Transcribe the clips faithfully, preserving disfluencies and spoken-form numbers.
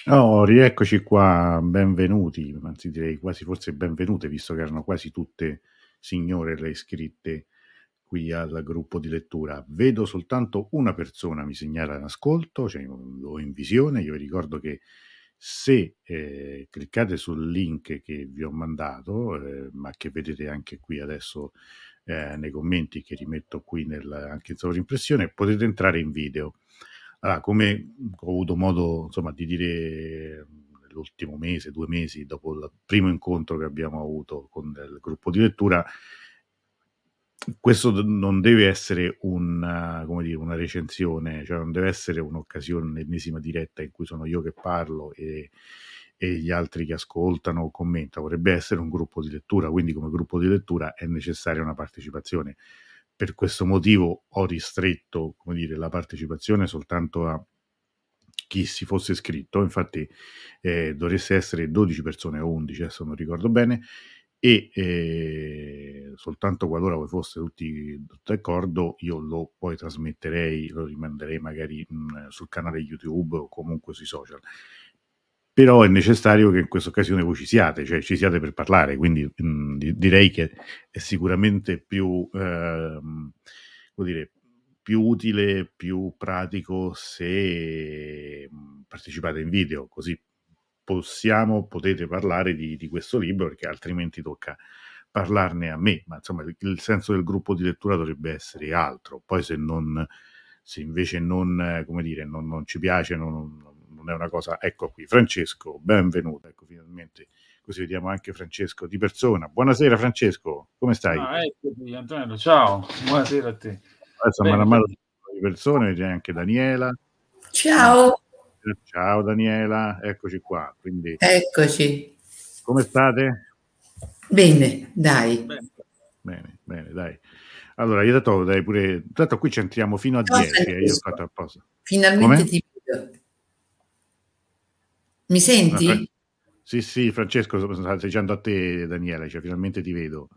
Oh, rieccoci qua, benvenuti, anzi direi quasi forse benvenute, visto che erano quasi tutte signore le iscritte qui al gruppo di lettura. Vedo soltanto una persona, mi segnala in ascolto, cioè o in visione. Io vi ricordo che se eh, cliccate sul link che vi ho mandato, eh, ma che vedete anche qui adesso eh, nei commenti, che rimetto qui nel, anche in sovrimpressione, potete entrare in video. Allora, come ho avuto modo insomma di dire l'ultimo mese, due mesi dopo il primo incontro che abbiamo avuto con il gruppo di lettura, questo non deve essere una, come dire, una recensione, cioè non deve essere un'occasione, l'ennesima diretta in cui sono io che parlo e, e gli altri che ascoltano o commentano. Vorrebbe essere un gruppo di lettura, quindi come gruppo di lettura è necessaria una partecipazione. Per questo motivo ho ristretto, come dire, la partecipazione soltanto a chi si fosse iscritto. Infatti eh, dovreste essere dodici persone o undici, adesso non ricordo bene, e eh, soltanto qualora voi foste tutti, tutti d'accordo, io lo poi trasmetterei, lo rimanderei magari mh, sul canale YouTube o comunque sui social. Però è necessario che in questa occasione voi ci siate, cioè ci siate per parlare, quindi mh, di- direi che è sicuramente più, ehm, come dire, più utile, più pratico se mh, partecipate in video, così possiamo, potete parlare di, di questo libro, perché altrimenti tocca parlarne a me, ma insomma il, il senso del gruppo di lettura dovrebbe essere altro. Poi se non, se invece non, eh, come dire, non, non ci piace, non, non è una cosa. Ecco qui, Francesco, benvenuto, ecco finalmente, così vediamo anche Francesco di persona. Buonasera Francesco, come stai? Ah, eccoci, Antonello, ciao, buonasera a te. Adesso man Bene, mano bene. di persone, c'è anche Daniela. Quindi, Ciao, ciao Daniela, eccoci qua. Quindi, eccoci. come state? Bene, dai. Bene. Bene, bene, dai. Allora, io tanto dai pure. Tanto qui ci entriamo fino a Ciao dieci, eh, io ho fatto Francesco, apposta. finalmente Come? ti vedo. Mi Ah, Fra- senti? Sì, sì, Francesco, stavo dicendo a te, Daniele, cioè finalmente ti vedo.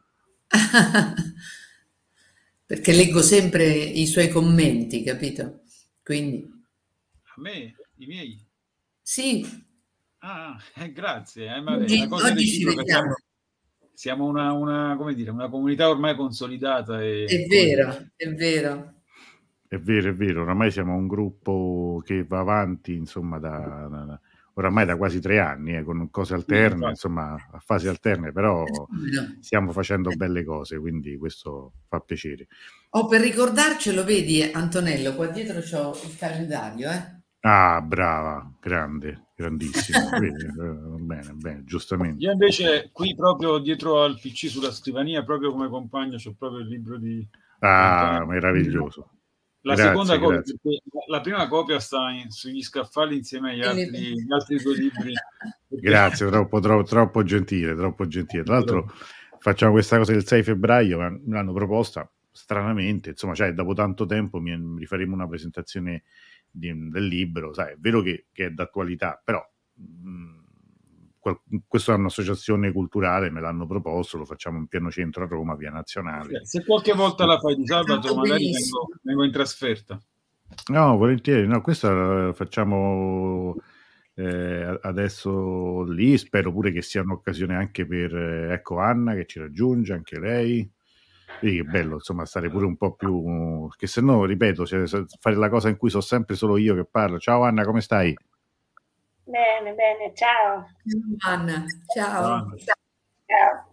Perché leggo sempre i suoi commenti, capito? Quindi, A me, i miei. sì, Ah, eh, grazie, eh, ma è una oggi, cosa oggi ci reciproca. vediamo. Siamo, siamo una, una, come dire, una comunità ormai consolidata e, È come dire, vero, è vero. È vero, è vero, oramai siamo un gruppo che va avanti, insomma, da, da- oramai da quasi tre anni, eh, con cose sì, alterne, infatti. insomma, a fasi alterne, però No. stiamo facendo belle cose, quindi questo fa piacere. Oh, per ricordarcelo, vedi, Antonello, qua dietro c'ho il calendario, eh? Ah, brava, grande, grandissimo. Vedi, eh, bene, bene, giustamente. Io invece qui proprio dietro al P C sulla scrivania, proprio come compagno, c'ho proprio il libro di, di Ah, Antonello. meraviglioso. La seconda Grazie, copia, grazie. perché la prima copia sta in- sugli scaffali insieme agli E le- altri, gli altri due libri, perché Grazie, troppo, troppo, troppo gentile, troppo gentile. Tra l'altro facciamo questa cosa del sei febbraio, ma me l'hanno proposta stranamente, insomma, cioè dopo tanto tempo mi, mi rifaremo una presentazione di- del libro, sai, è vero che, che è d'attualità, però mh, qual- questa è un'associazione culturale, me l'hanno proposto, lo facciamo in pieno centro a Roma, via Nazionale. se qualche volta la fai di sabato, Fatto magari benissimo. vengo, vengo in trasferta. No, volentieri, no, questa la facciamo eh, adesso lì, spero pure che sia un'occasione anche per, eh, ecco, Anna che ci raggiunge, anche lei. Vedi che bello, insomma, stare pure un po' più, che se no, ripeto, cioè, se- fare la cosa in cui so sempre solo io che parlo. Ciao Anna, come stai? Bene, bene, ciao. Anna, Ciao, ciao. Anna. Ciao.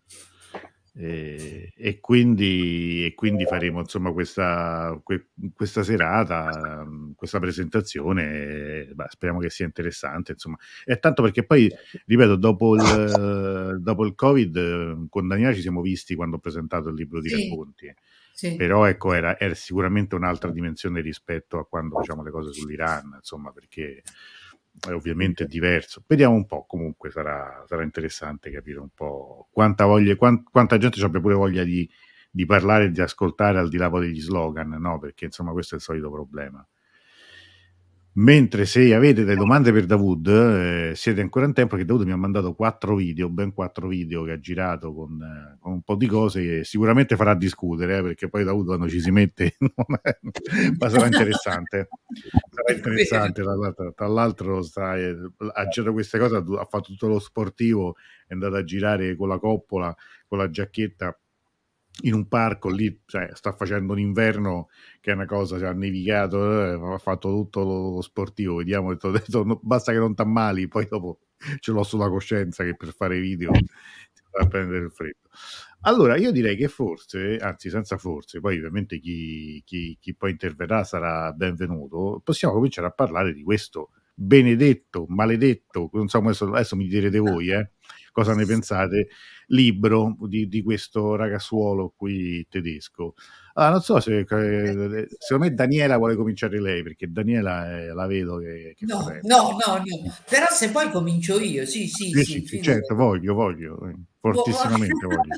E, e quindi, e quindi faremo insomma questa, que- questa serata, mh, questa presentazione, eh, beh, speriamo che sia interessante, insomma. E tanto perché poi, ripeto, dopo il, dopo il Covid, eh, con Daniela ci siamo visti quando ho presentato il libro di Sì, racconti, sì. però ecco, era, era sicuramente un'altra dimensione rispetto a quando facciamo le cose sull'Iran, insomma, perché è ovviamente diverso. Vediamo un po', comunque sarà, sarà interessante capire un po' quanta voglia, quan- quanta gente abbia pure voglia di, di parlare e di ascoltare al di là poi degli slogan, no? Perché insomma questo è il solito problema. Mentre se avete delle domande per Dawood, eh, siete ancora in tempo, perché Dawood mi ha mandato quattro video, ben quattro video che ha girato con, eh, con un po' di cose che sicuramente farà discutere, eh, perché poi Dawood quando ci si mette ma sarà interessante. Sarà interessante, tra l'altro, tra l'altro sta, eh, ha girato queste cose, ha fatto tutto lo sportivo, è andato a girare con la coppola, con la giacchetta in un parco lì, cioè, sta facendo un inverno che è una cosa, cioè, ha nevicato, eh, ha fatto tutto lo, lo sportivo, vediamo, ho detto, ho detto, no, basta che non t'ammali, poi dopo ce l'ho sulla coscienza che per fare video ti va a prendere il freddo. Allora io direi che forse, anzi senza forse, poi ovviamente chi, chi, chi poi interverrà sarà benvenuto, possiamo cominciare a parlare di questo benedetto, maledetto, non so, adesso, adesso mi direte voi, eh, cosa ne pensate, libro di, di questo ragazzuolo qui tedesco. Ah, non so se, eh, secondo me Daniela vuole cominciare lei, perché Daniela eh, la vedo che, che No, fretta. no, no, no. Però se poi comincio io, sì, sì, Sì, sì, sì, sì, figurati. certo, voglio, voglio, eh, fortissimamente voglio.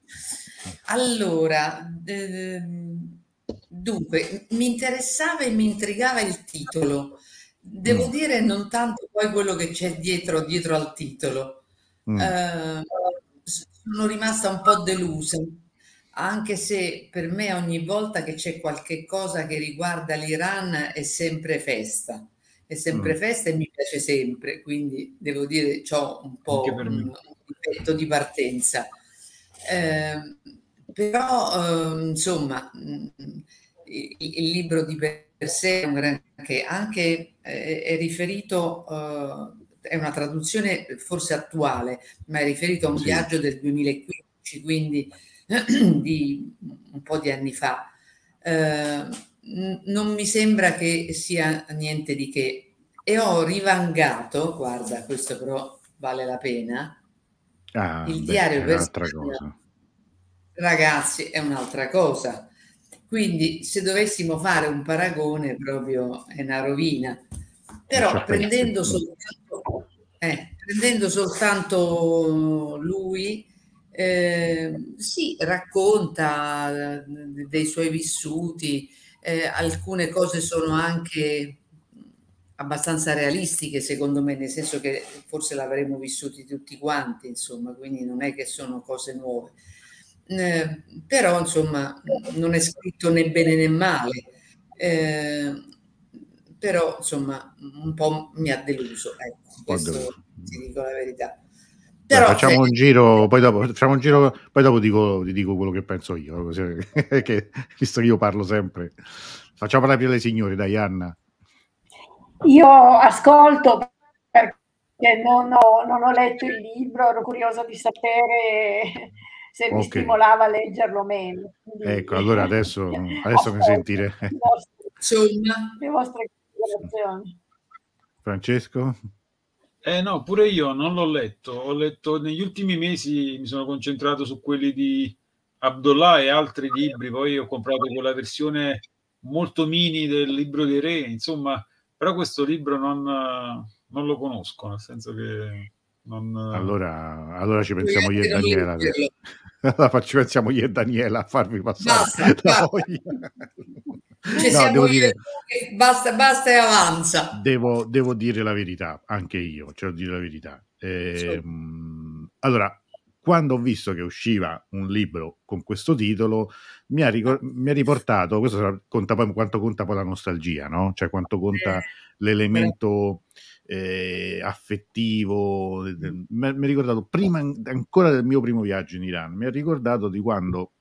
Allora, ehm, dunque, mi interessava e mi intrigava il titolo. Devo Mm, dire non tanto poi quello che c'è dietro, dietro al titolo. mm, Eh, s- sono rimasta un po' delusa, anche se per me ogni volta che c'è qualche cosa che riguarda l'Iran è sempre festa. È sempre mm, festa e mi piace sempre, quindi devo dire c'ho un Anche po' per un, me. un difetto di partenza. Eh, però, eh, insomma, mh, il, il libro di per sé è un granché, anche eh, è riferito, eh, è una traduzione forse attuale, ma è riferito a un sì, viaggio del duemilaquindici, quindi di un po' di anni fa. Eh, n- non mi sembra che sia niente di che. E ho rivangato, guarda, questo però vale la pena, ah, il beh, diario è un'altra personale. cosa. Ragazzi, è un'altra cosa. Quindi, se dovessimo fare un paragone, proprio è una rovina. Non ci Però pensi. prendendo Mm, soltanto, eh, prendendo soltanto lui, eh, sì, racconta eh, dei suoi vissuti, eh, alcune cose sono anche abbastanza realistiche, secondo me, nel senso che forse l'avremmo vissuti tutti quanti, insomma, quindi non è che sono cose nuove. Eh, però, insomma, non è scritto né bene né male. Eh, però, insomma, un po' mi ha deluso, ecco, un po' questo deluso. ti dico la verità. Beh, Però, cioè, facciamo un giro, poi dopo, facciamo un giro, poi dopo dico, ti dico quello che penso io, così, che, visto che io parlo sempre. Facciamo parlare prima le signore, dai, Anna. Io ascolto perché non ho, non ho letto il libro, ero curiosa di sapere se mi Ok, stimolava a leggerlo o meno. Quindi ecco, allora adesso, adesso mi ascolto sentire. le vostre, insomma, le vostre considerazioni. Francesco? Eh no, pure io non l'ho letto. Ho letto negli ultimi mesi, mi sono concentrato su quelli di Abdullah e altri libri. Poi ho comprato quella versione molto mini del libro dei re. Insomma, però questo libro non, non lo conosco, nel senso che non. Allora, allora ci puoi pensiamo io e anche non Daniela. leggerlo. Allora ci pensiamo io e Daniela a farvi passare Basta, la basta. voglia. Ci No, siamo devo io e dire, tu che basta, basta e avanza. devo, devo dire la verità, anche io, cioè, devo dire la verità. Insomma, Ehm, allora, quando ho visto che usciva un libro con questo titolo, mi ha, ricor- mi ha riportato, questo sarà- conta poi quanto conta poi la nostalgia, no? Cioè quanto eh, conta bra- l'elemento eh, affettivo. Mi mi ha ricordato prima ancora del mio primo viaggio in Iran, mi ha ricordato di quando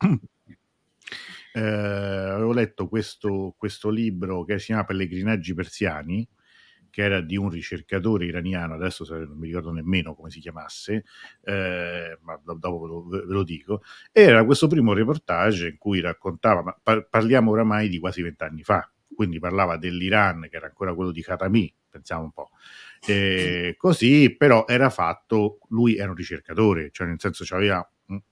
eh, avevo letto questo, questo libro che si chiama Pellegrinaggi persiani, che era di un ricercatore iraniano, adesso non mi ricordo nemmeno come si chiamasse, eh, ma dopo ve lo, ve lo dico. Era questo primo reportage in cui raccontava, ma par- parliamo oramai di quasi vent'anni fa, quindi parlava dell'Iran, che era ancora quello di Khatami, pensiamo un po'. Eh, così, però era fatto, lui era un ricercatore, cioè nel senso aveva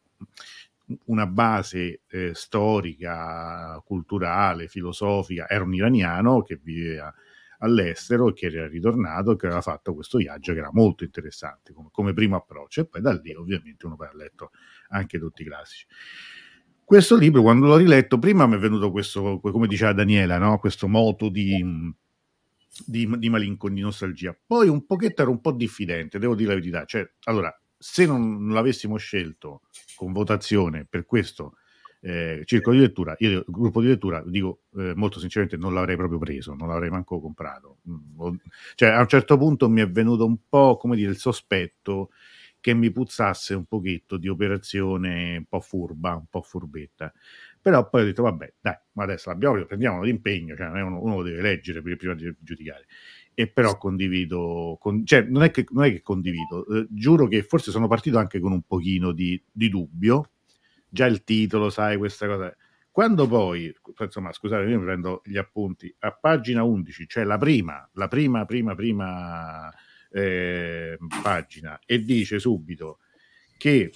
una base eh, storica, culturale, filosofica, era un iraniano che viveva all'estero e che era ritornato e che aveva fatto questo viaggio che era molto interessante come, come primo approccio, e poi da lì ovviamente uno poi ha letto anche tutti i classici. Questo libro, quando l'ho riletto, prima mi è venuto questo, come diceva Daniela, no? Questo moto di, di, di malinconia, di nostalgia. Poi un pochetto ero un po' diffidente, devo dire la verità. Cioè, allora, se non, non l'avessimo scelto con votazione per questo eh, circolo di lettura, io gruppo di lettura, dico eh, molto sinceramente, non l'avrei proprio preso, non l'avrei manco comprato. Cioè, a un certo punto mi è venuto un po', come dire, il sospetto che mi puzzasse un pochetto di operazione un po' furba, un po' furbetta. Però poi ho detto, vabbè, dai, ma adesso l'abbiamo, prendiamo l'impegno, cioè uno, uno deve leggere prima di giudicare. E però condivido, con, cioè non è che, non è che condivido, eh, giuro che forse sono partito anche con un pochino di, di dubbio, già il titolo, sai, questa cosa. Quando poi, insomma, scusate, io mi prendo gli appunti, a pagina undici, cioè la prima, la prima, prima, prima eh, pagina, e dice subito che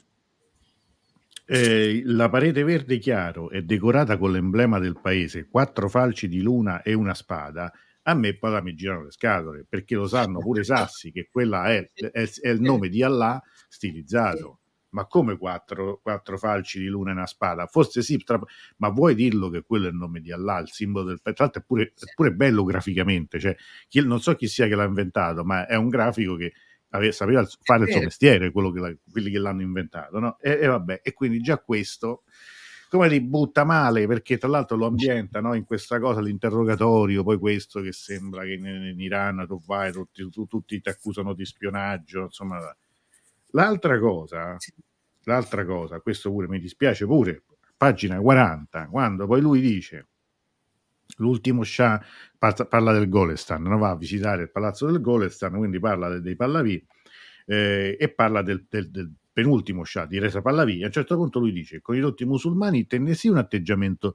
Eh, la parete verde chiaro è decorata con l'emblema del paese, quattro falci di luna e una spada. A me poi mi girano le scatole, perché lo sanno pure i sassi che quella è, è, è il nome di Allah stilizzato. Ma come quattro, quattro falci di luna e una spada? Forse sì, tra, ma vuoi dirlo che quello è il nome di Allah, il simbolo del paese? Tra l'altro è pure, è pure bello graficamente, cioè, chi, non so chi sia che l'ha inventato, ma è un grafico che sapeva fare il suo mestiere, quello che la, quelli che l'hanno inventato, no? E, e vabbè, e quindi già questo come li butta male, perché tra l'altro lo ambienta, no, in questa cosa, l'interrogatorio, poi questo che sembra che in, in Iran tu vai, tutti, tu, tutti ti accusano di spionaggio, insomma. L'altra cosa, l'altra cosa, questo pure mi dispiace pure, pagina quaranta, quando poi lui dice l'ultimo Shah parla del Golestan, no? Va a visitare il palazzo del Golestan, quindi parla dei Pahlavi eh, e parla del, del, del penultimo Shah di Reza Pahlavi. A un certo punto lui dice: con i dotti musulmani tenne sì un atteggiamento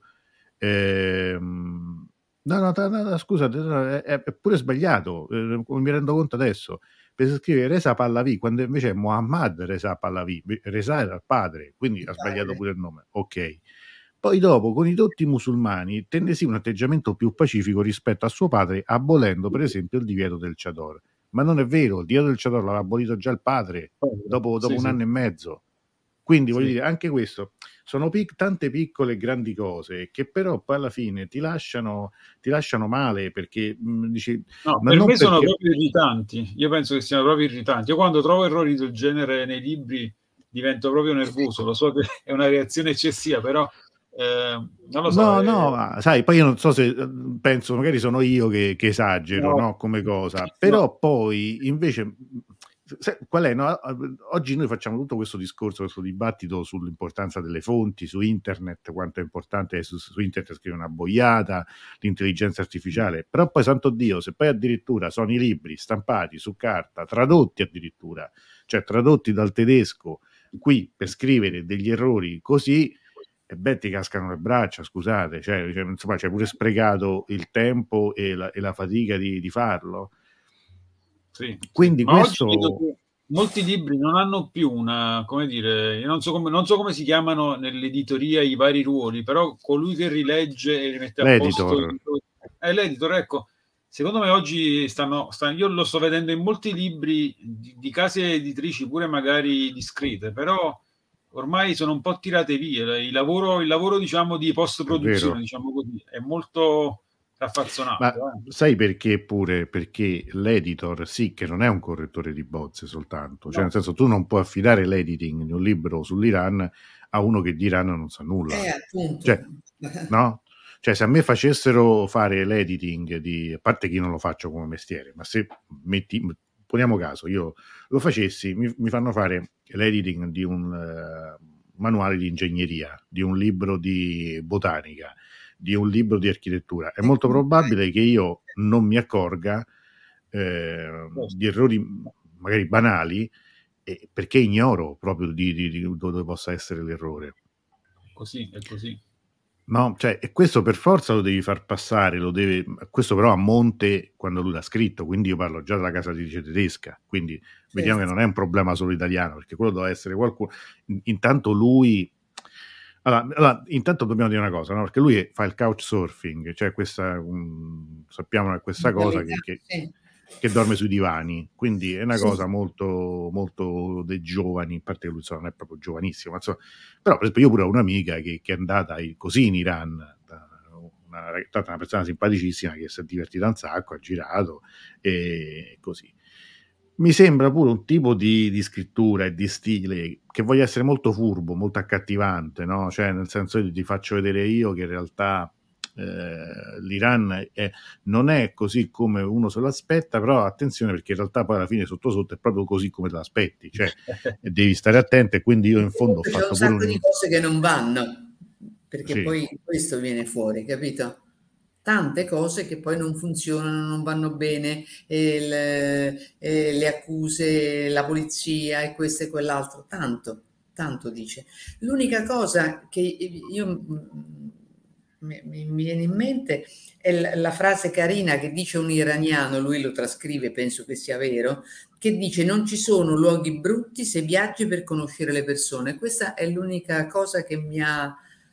ehm, no, no, no, no, scusate, no, è, è pure sbagliato, eh, mi rendo conto adesso, per scrivere Reza Pahlavi quando invece è Muhammad Reza Pahlavi. Reza era il padre, quindi il ha sbagliato padre. Pure il nome, ok. Poi dopo, con i dotti musulmani, tenne sì un atteggiamento più pacifico rispetto a suo padre, abolendo per esempio il divieto del chador. Ma non è vero, il divieto del chador l'aveva abolito già il padre, dopo, dopo sì, un sì. anno e mezzo. Quindi voglio sì. dire, anche questo, sono pic- tante piccole e grandi cose che però poi alla fine ti lasciano, ti lasciano male, perché mh, dici... No, ma per non me perché... sono proprio irritanti, io penso che siano proprio irritanti. Io quando trovo errori del genere nei libri divento proprio nervoso, lo so che è una reazione eccessiva, però... Eh, non lo so, no, eh... no, sai, poi io non so se penso, magari sono io che, che esagero, no. no, come cosa, però no. Poi invece se, qual è? No? Oggi noi facciamo tutto questo discorso, questo dibattito sull'importanza delle fonti, su internet, quanto è importante su, su internet scrivere una boiata, l'intelligenza artificiale, però poi santo Dio, se poi addirittura sono i libri stampati su carta, tradotti addirittura, cioè tradotti dal tedesco qui per scrivere degli errori così, e beh, ti cascano le braccia, scusate, cioè, cioè, insomma, c'è pure sprecato il tempo e la, e la fatica di, di farlo. Sì, quindi sì. questo... molti libri non hanno più una, come dire, io non so come, non so come si chiamano nell'editoria i vari ruoli, però colui che rilegge e rimette a l'editor. posto è l'editor, ecco. Secondo me oggi stanno, stanno, io lo sto vedendo in molti libri di, di case editrici pure magari discrete, però ormai sono un po' tirate via. Il lavoro, il lavoro diciamo di post-produzione, diciamo così, è molto raffazzonato. Ma eh. sai perché pure? Perché l'editor sì che non è un correttore di bozze soltanto, cioè no. Nel senso tu non puoi affidare l'editing di un libro sull'Iran a uno che di Iran non sa nulla. Eh, appunto. Cioè, no? Cioè se a me facessero fare l'editing di, a parte che io non lo faccio come mestiere, ma se metti, poniamo caso, io lo facessi, mi, mi fanno fare l'editing di un uh, manuale di ingegneria, di un libro di botanica, di un libro di architettura, è molto probabile che io non mi accorga eh, di errori magari banali, eh, perché ignoro proprio di, di, di dove possa essere l'errore. Così, è così. No, cioè, e questo per forza lo devi far passare, lo deve, questo però a monte quando lui l'ha scritto, quindi io parlo già della casa editrice tedesca, quindi sì, vediamo sì. Che non è un problema solo italiano, perché quello deve essere qualcuno, intanto lui... Allora, allora, intanto dobbiamo dire una cosa, no? Perché lui fa il couchsurfing, cioè questa, um, sappiamo che questa cosa che, che, sì. che dorme sui divani, quindi è una sì. cosa molto, molto dei giovani, a parte che lui non è proprio giovanissimo, ma insomma, però per esempio io pure ho un'amica che, che è andata così in Iran, una una, una persona simpaticissima che si è divertita un sacco, ha girato e così. Mi sembra pure un tipo di, di scrittura e di stile che voglio essere molto furbo, molto accattivante, no? Cioè, nel senso, io ti faccio vedere io che in realtà eh, l'Iran è, non è così come uno se lo aspetta, però attenzione, perché in realtà poi alla fine sotto sotto è proprio così come te l'aspetti, cioè devi stare attento. E quindi io in fondo ho C'è fatto un pure sacco un... di cose che non vanno, perché Sì. poi questo viene fuori, capito? Tante cose che poi non funzionano, non vanno bene, e le, e le accuse, la polizia e questo e quell'altro, tanto, tanto dice. L'unica cosa che io mm, mi, mi viene in mente è la, la frase carina che dice un iraniano, lui lo trascrive, penso che sia vero, che dice: non ci sono luoghi brutti se viaggi per conoscere le persone. Questa è l'unica cosa che mi ha...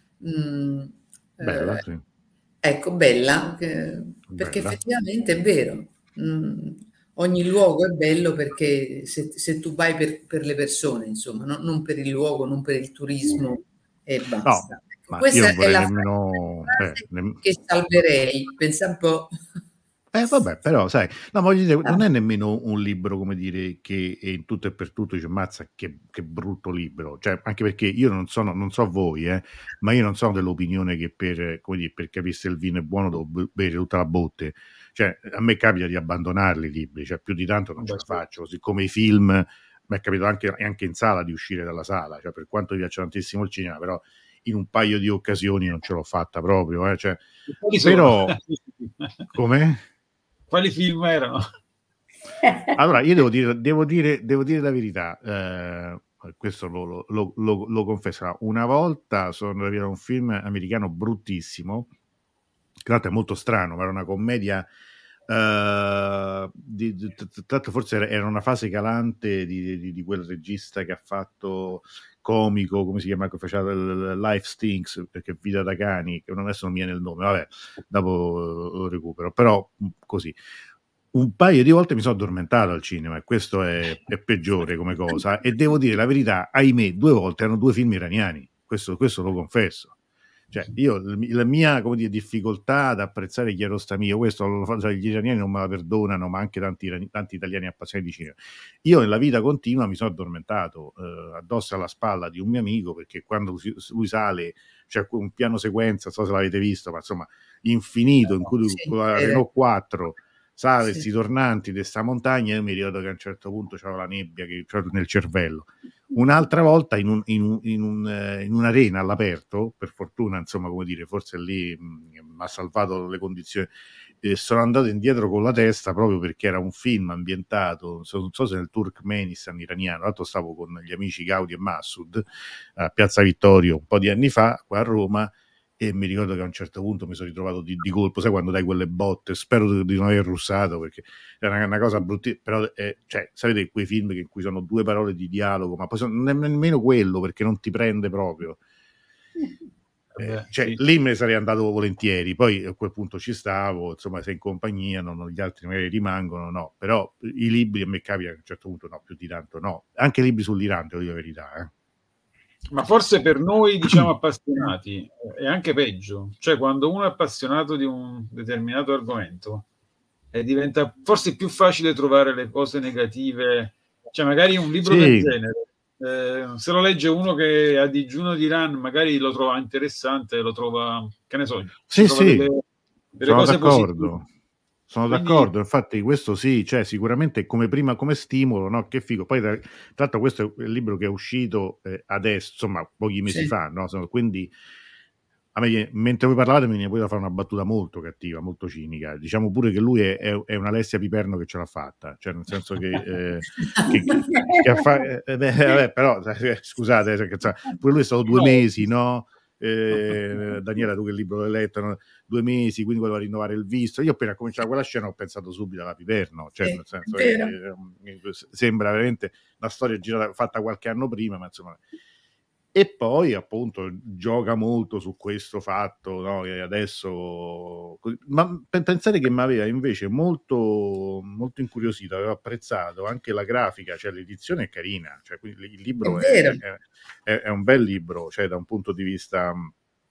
mm, Bella, eh, sì. ecco, bella, che- perché Bella. effettivamente è vero. Mm, ogni luogo è bello perché se, se tu vai per, per le persone, insomma, no- non per il luogo, non per il turismo e No, basta. Ecco, ma io non questa è vorrei la nemmeno... Eh, frase nemm- che salverei, pensa un po'. Eh vabbè, però sai, no, voglio dire, non Ah, è nemmeno un libro, come dire, che è in tutto e per tutto dice, mazza, che, che brutto libro, cioè, anche perché io non sono, non so voi, eh, ma io non sono dell'opinione che per, come dire, per capire se il vino è buono devo be- bere tutta la botte, cioè, a me capita di abbandonarli i libri, cioè, più di tanto non ce la faccio, così come i film, mi è capitato anche, anche in sala di uscire dalla sala, cioè, per quanto mi piace tantissimo il cinema, però in un paio di occasioni non ce l'ho fatta proprio, eh, cioè, Quali però, sono? come? Quali film erano? Allora, io devo dire, devo dire, devo dire la verità, eh, questo lo, lo, lo, lo confesso. Una volta sono andato a vedere un film americano bruttissimo, che tra l'altro è molto strano, ma era una commedia, eh, di, di, tra l'altro forse era, era una fase calante di, di, di quel regista che ha fatto comico, come si chiama, che faceva il Life Stinks, perché Vita da cani, che non adesso non mi viene il nome, vabbè, dopo lo recupero, però così. Un paio di volte mi sono addormentato al cinema e questo è, è peggiore come cosa, e devo dire la verità, ahimè, due volte erano due film iraniani, questo, questo lo confesso. Cioè, io la mia, come dire, difficoltà ad apprezzare Kiarostami, questo lo fa, cioè, gli iraniani non me la perdonano, ma anche tanti, tanti italiani appassionati di cinema. Io nella vita continua mi sono addormentato eh, addosso alla spalla di un mio amico, perché quando lui sale c'è un piano sequenza, non so se l'avete visto, ma insomma infinito, in cui lui, sì, con la vero. Renault quattro sale questi Sì. tornanti di questa montagna, e io mi ricordo che a un certo punto c'era la nebbia che c'era nel cervello. Un'altra volta in, un, in, un, in, un, eh, in un'arena all'aperto, per fortuna, insomma, come dire, forse lì mi ha salvato le condizioni. Eh, sono andato indietro con la testa proprio perché era un film ambientato, non so, non so se nel Turkmenistan iraniano. Tra l'altro stavo con gli amici Gaudi e Massoud a Piazza Vittorio un po' di anni fa, qua a Roma, e mi ricordo che a un certo punto mi sono ritrovato di, di colpo, sai quando dai quelle botte, spero di, di non aver russato perché era una, una cosa brutta, però eh, cioè, sapete quei film che in cui sono due parole di dialogo, ma poi sono, non è nemmeno quello perché non ti prende proprio. Eh, cioè, sì. Lì me ne sarei andato volentieri, poi a quel punto ci stavo, insomma, se in compagnia, non, gli altri magari rimangono, no, però i libri a me capita che a un certo punto no, più di tanto no, anche i libri sull'Iran, devo dire la verità, eh. Ma forse per noi, diciamo, appassionati è anche peggio, cioè quando uno è appassionato di un determinato argomento eh, diventa forse più facile trovare le cose negative, cioè magari un libro sì. del genere eh, se lo legge uno che ha digiuno di Iran magari lo trova interessante, lo trova, che ne so, sì, trova sì. delle, delle sono cose d'accordo. positive. Sono Quindi... d'accordo, infatti questo sì, cioè sicuramente come prima, come stimolo, no? Che figo. Poi tra l'altro questo è il libro che è uscito eh, adesso, insomma, pochi mesi sì. fa, no? Quindi a me, mentre voi parlavate mi viene poi da fare una battuta molto cattiva, molto cinica. Diciamo pure che lui è, è, è una Alessia Piperno che ce l'ha fatta, cioè nel senso che, eh, che, che, che ha fa... eh, beh, vabbè, però eh, scusate, cioè, cioè, pure lui è stato due no. mesi, no? Eh, Daniela, tu che libro l'hai letto, no? Due mesi, quindi voleva rinnovare il visto. Io appena cominciato quella scena ho pensato subito alla Piperno, cioè eh, nel senso che eh, sembra veramente una storia girata, fatta qualche anno prima, ma insomma. E poi appunto gioca molto su questo fatto, no? Che adesso, ma pensate che mi aveva invece molto, molto incuriosito, avevo apprezzato anche la grafica, cioè l'edizione è carina, cioè il libro è, è, è, è un bel libro, cioè da un punto di vista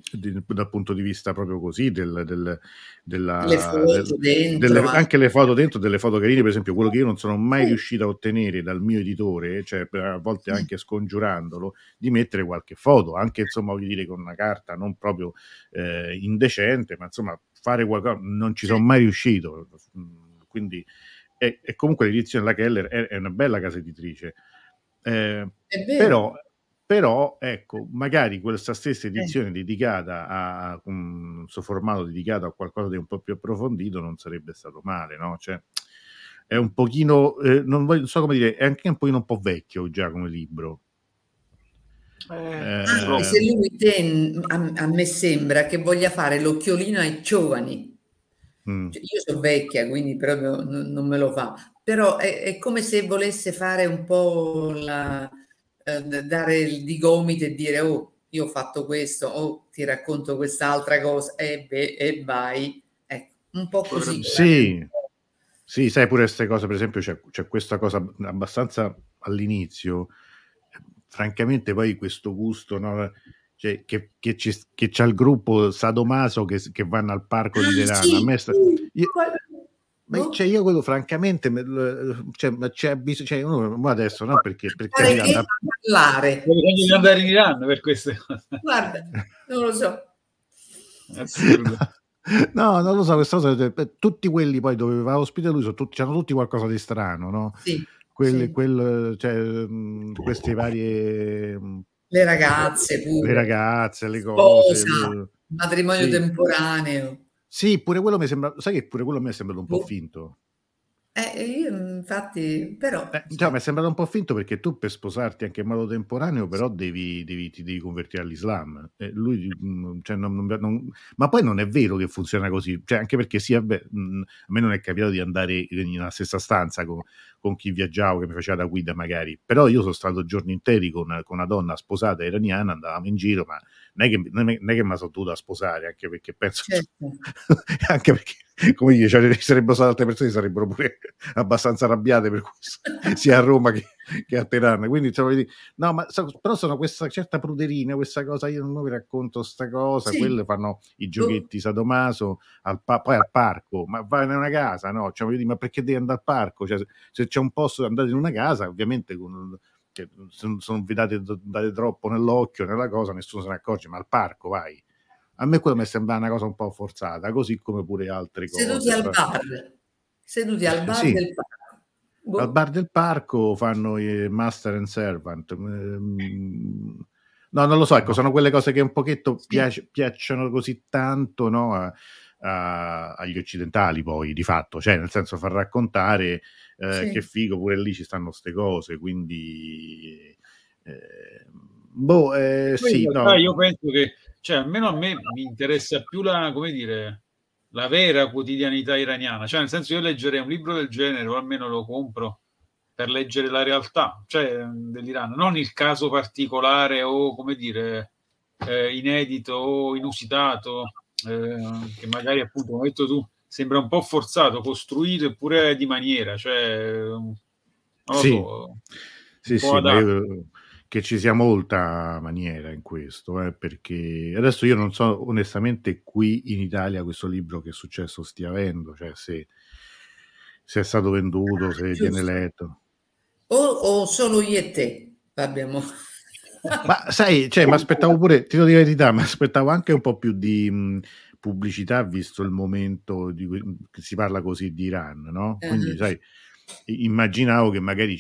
di, dal punto di vista proprio così del, del, della, le foto del, dentro, delle, anche. anche le foto dentro, delle foto carine, per esempio quello che io non sono mai Sì. riuscito a ottenere dal mio editore, cioè a volte anche scongiurandolo, di mettere qualche foto, anche insomma voglio dire con una carta non proprio eh, indecente, ma insomma fare qualcosa, non ci sono mai riuscito, quindi e, e comunque l'edizione della Keller è, è una bella casa editrice, eh, È vero. però Però, ecco, magari questa stessa edizione Eh. dedicata a un um, suo formato dedicato a qualcosa di un po' più approfondito non sarebbe stato male, no? Cioè, è un pochino, eh, non, voglio, non so come dire, è anche un pochino un po' vecchio già come libro. Eh, Anche Eh, se lui ten, a, a me sembra che voglia fare l'occhiolino ai giovani. mm. Cioè, io sono vecchia, quindi proprio non, non me lo fa. Però è, è come se volesse fare un po' la, eh, dare il di gomito e dire: oh, io ho fatto questo, oh, ti racconto quest'altra cosa, e, beh, e vai. Ecco, un po' così. Sì, sì, sai pure queste cose, per esempio c'è, c'è questa cosa abbastanza all'inizio, francamente poi questo gusto, no? Cioè, che, che, ci, che c'ha il gruppo sadomaso che, che vanno al parco di Ah, Terano. sì, A me sta, sì. io, ma Oh. cioè io quello francamente cioè, c'è bisogno, cioè, uno, adesso no perché per Pare carità che da... parlare. bisogna Sì. andare in Iran per queste cose. Guarda, non lo so. Assurdo. No, non lo so, questa cosa, tutti quelli poi dove va ospite lui sono tutti, hanno tutti qualcosa di strano, no? Sì, Quelli, sì. quel, cioè, mh, queste varie mh, Le ragazze pure. le ragazze, le cose, Sposa, lui, matrimonio sì. temporaneo. Sì, pure quello mi sembra, sai che pure quello mi è sembrato un po' Boh. finto. Eh, io infatti, però, Eh, sai, già, mi è sembrato un po' finto perché tu per sposarti anche in modo temporaneo, però devi, devi, ti devi convertire all'Islam. Eh, lui, mh, cioè, non, non, non, ma poi non è vero che funziona così, cioè, anche perché sì, vabbè, mh, a me non è capitato di andare nella stessa stanza con, con chi viaggiavo, che mi faceva da guida magari, però io sono stato giorni interi con, con una donna sposata iraniana, andavamo in giro, ma non è che, non è, non è che mi sono dovuto sposare, anche perché penso, certo. anche perché, come dire, cioè, ci sarebbero state altre persone che sarebbero pure abbastanza arrabbiate per questo, sia a Roma che, che a Teheran, quindi cioè, no, ma so, però sono questa certa pruderina, questa cosa, io non vi racconto sta cosa, Sì. quelle fanno i giochetti sadomaso al pa- poi al parco, ma vai in una casa, no? Cioè, voglio dire, ma perché devi andare al parco? Cioè, se, se c'è un posto andate in una casa, ovviamente con, che, se, se non vi date, date troppo nell'occhio, nella cosa, nessuno se ne accorge, ma al parco vai. A me quello mi sembra una cosa un po' forzata, così come pure altre Seduti cose. al Però... bar, seduti al bar sì, del parco. Boh. al bar del parco fanno i master and servant. No, non lo so, ecco, sono quelle cose che un pochetto Sì. piace, piacciono così tanto, no, a, a, agli occidentali poi, di fatto, cioè nel senso far raccontare eh, Sì. che figo, pure lì ci stanno ste cose, quindi... Eh, boh, eh, Poi in sì, realtà no... io penso che, cioè, almeno a me mi interessa più la, come dire, la vera quotidianità iraniana. Cioè, nel senso, io leggerei un libro del genere, o almeno lo compro per leggere la realtà, cioè, dell'Iran, non il caso particolare o, come dire, eh, inedito o inusitato, eh, che magari, appunto, come hai detto tu, sembra un po' forzato, costruito eppure di maniera, cioè, non lo Sì, so, un sì, po' sì, ma adatto. io che ci sia molta maniera in questo, eh, perché adesso io non so onestamente qui in Italia questo libro che è successo stia avendo, cioè se, se è stato venduto, se viene Giusto. letto. O, o solo io e te abbiamo. Ma sai, cioè, mi aspettavo pure, ti devo dire la verità, mi aspettavo anche un po' più di mh, pubblicità visto il momento di cui che si parla così di Iran, no? Quindi, sai, immaginavo che magari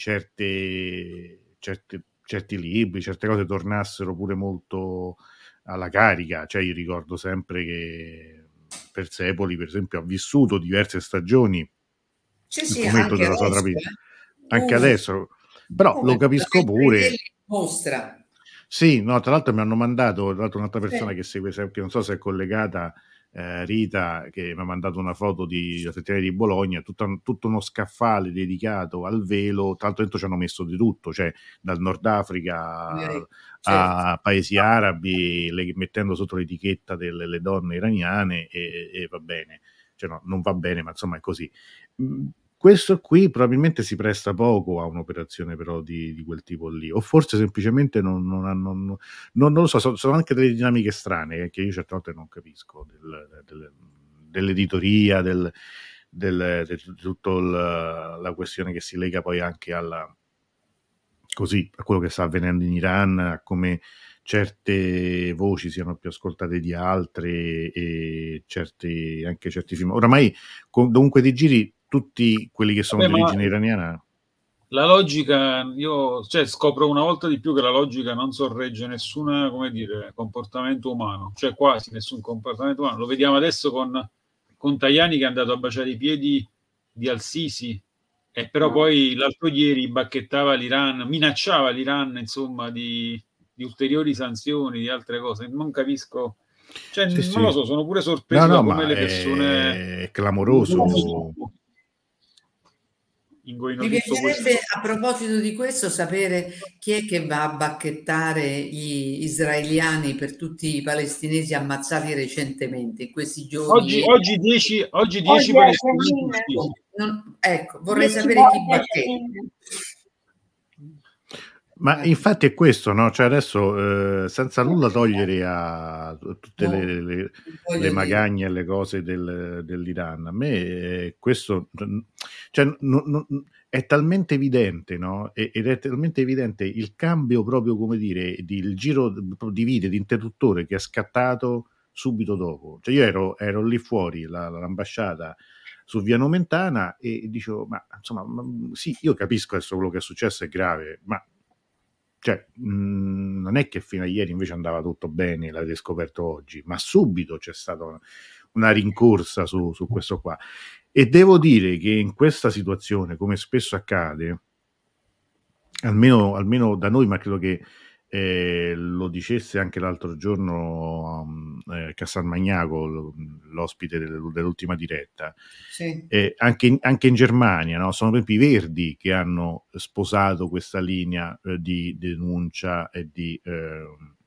certe, certe, certi libri, certe cose tornassero pure molto alla carica. Cioè, io ricordo sempre che Persepoli, per esempio, ha vissuto diverse stagioni Sì, il sì, fumetto anche della sua adesso. trapezza. Eh. Anche Uh, adesso, però lo come capisco pure. mostra. Sì, no, tra l'altro mi hanno mandato, tra l'altro un'altra persona Sì. che segue, che non so se è collegata, eh, Rita, che mi ha mandato una foto di la Festival di Bologna, tutto, tutto uno scaffale dedicato al velo, tra l'altro dentro ci hanno messo di tutto, cioè dal Nord Africa Eh, certo. a paesi arabi, le, mettendo sotto l'etichetta delle le donne iraniane e, e va bene, cioè no, non va bene, ma insomma è così. questo qui probabilmente si presta poco a un'operazione però di, di quel tipo lì, o forse semplicemente non, non hanno, non, non lo so, sono, sono anche delle dinamiche strane che io certe volte non capisco, del, del, dell'editoria, del, del, del tutto il, la questione che si lega poi anche alla, così, a quello che sta avvenendo in Iran, a come certe voci siano più ascoltate di altre e certi, anche certi film. Oramai dovunque ti giri, tutti quelli che sono Vabbè, di origine iraniana. La logica, io cioè, scopro una volta di più che la logica non sorregge nessun, come dire, comportamento umano, cioè quasi nessun comportamento umano. Lo vediamo adesso con, con Tajani che è andato a baciare i piedi di Al-Sisi, e però poi l'altro ieri bacchettava l'Iran, minacciava l'Iran, insomma, di, di ulteriori sanzioni, di altre cose. Non capisco, cioè, Sì, non sì. lo so, sono pure sorpreso no, no, da come ma le persone... è clamoroso. Mi piacerebbe a proposito di questo sapere chi è che va a bacchettare gli israeliani per tutti i palestinesi ammazzati recentemente in questi giorni. Oggi, oggi dieci, oggi dieci palestinesi uccisi. Non, ecco, vorrei sapere chi bacchetta. Ma eh. infatti è questo, no? Cioè adesso eh, senza nulla togliere a tutte no, le, le, le magagne e le cose del, dell'Iran, a me eh, questo cioè, no, no, è talmente evidente, no? Ed è talmente evidente il cambio proprio, come dire, di, il giro di vite, di interruttore che è scattato subito dopo. Cioè io ero, ero lì fuori, la, l'ambasciata su Via Nomentana e dicevo, ma insomma, ma, sì, io capisco adesso quello che è successo è grave, ma cioè, mh, non è che fino a ieri invece andava tutto bene, l'avete scoperto oggi, ma subito c'è stata una, una rincorsa su, su questo qua. E devo dire che in questa situazione, come spesso accade, almeno, almeno da noi, ma credo che eh, lo dicesse anche l'altro giorno um, eh, Castelmagnaco, l'ospite del, dell'ultima diretta, sì. eh, anche, in, anche in Germania, no? Sono proprio i Verdi che hanno sposato questa linea eh, di denuncia e di eh,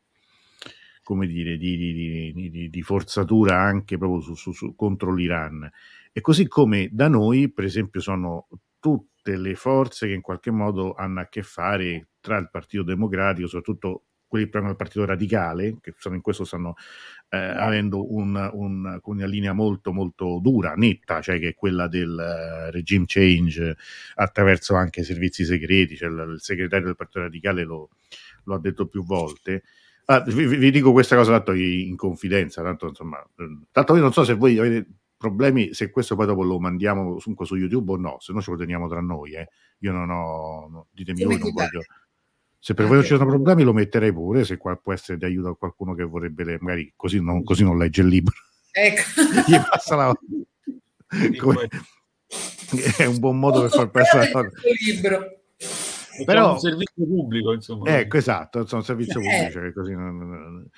come dire di, di, di, di, di forzatura anche proprio su, su, su, contro l'Iran. E così come da noi, per esempio, sono tutte le forze che in qualche modo hanno a che fare tra il Partito Democratico, soprattutto quelli che prendono il Partito Radicale, che sono in questo stanno eh, avendo un, un, una linea molto molto dura, netta, cioè che è quella del uh, regime change attraverso anche i servizi segreti, cioè il, il segretario del Partito Radicale lo, lo ha detto più volte. Ah, vi, vi dico questa cosa tanto in confidenza, tanto insomma, tanto io non so se voi avete problemi, se questo poi dopo lo mandiamo su, su YouTube o no, se no ce lo teniamo tra noi, eh. Io non ho, no, ditemi voi, non voglio. Se per ah, voi non ci sono problemi lo metterei pure, se qua può essere di aiuto a qualcuno che vorrebbe, magari così non, così non legge il libro. Ecco. Gli passa la... Come... È un buon modo per far passare la libro. Però un servizio pubblico, insomma. Ecco, esatto, è un servizio pubblico, eh. Così non, non...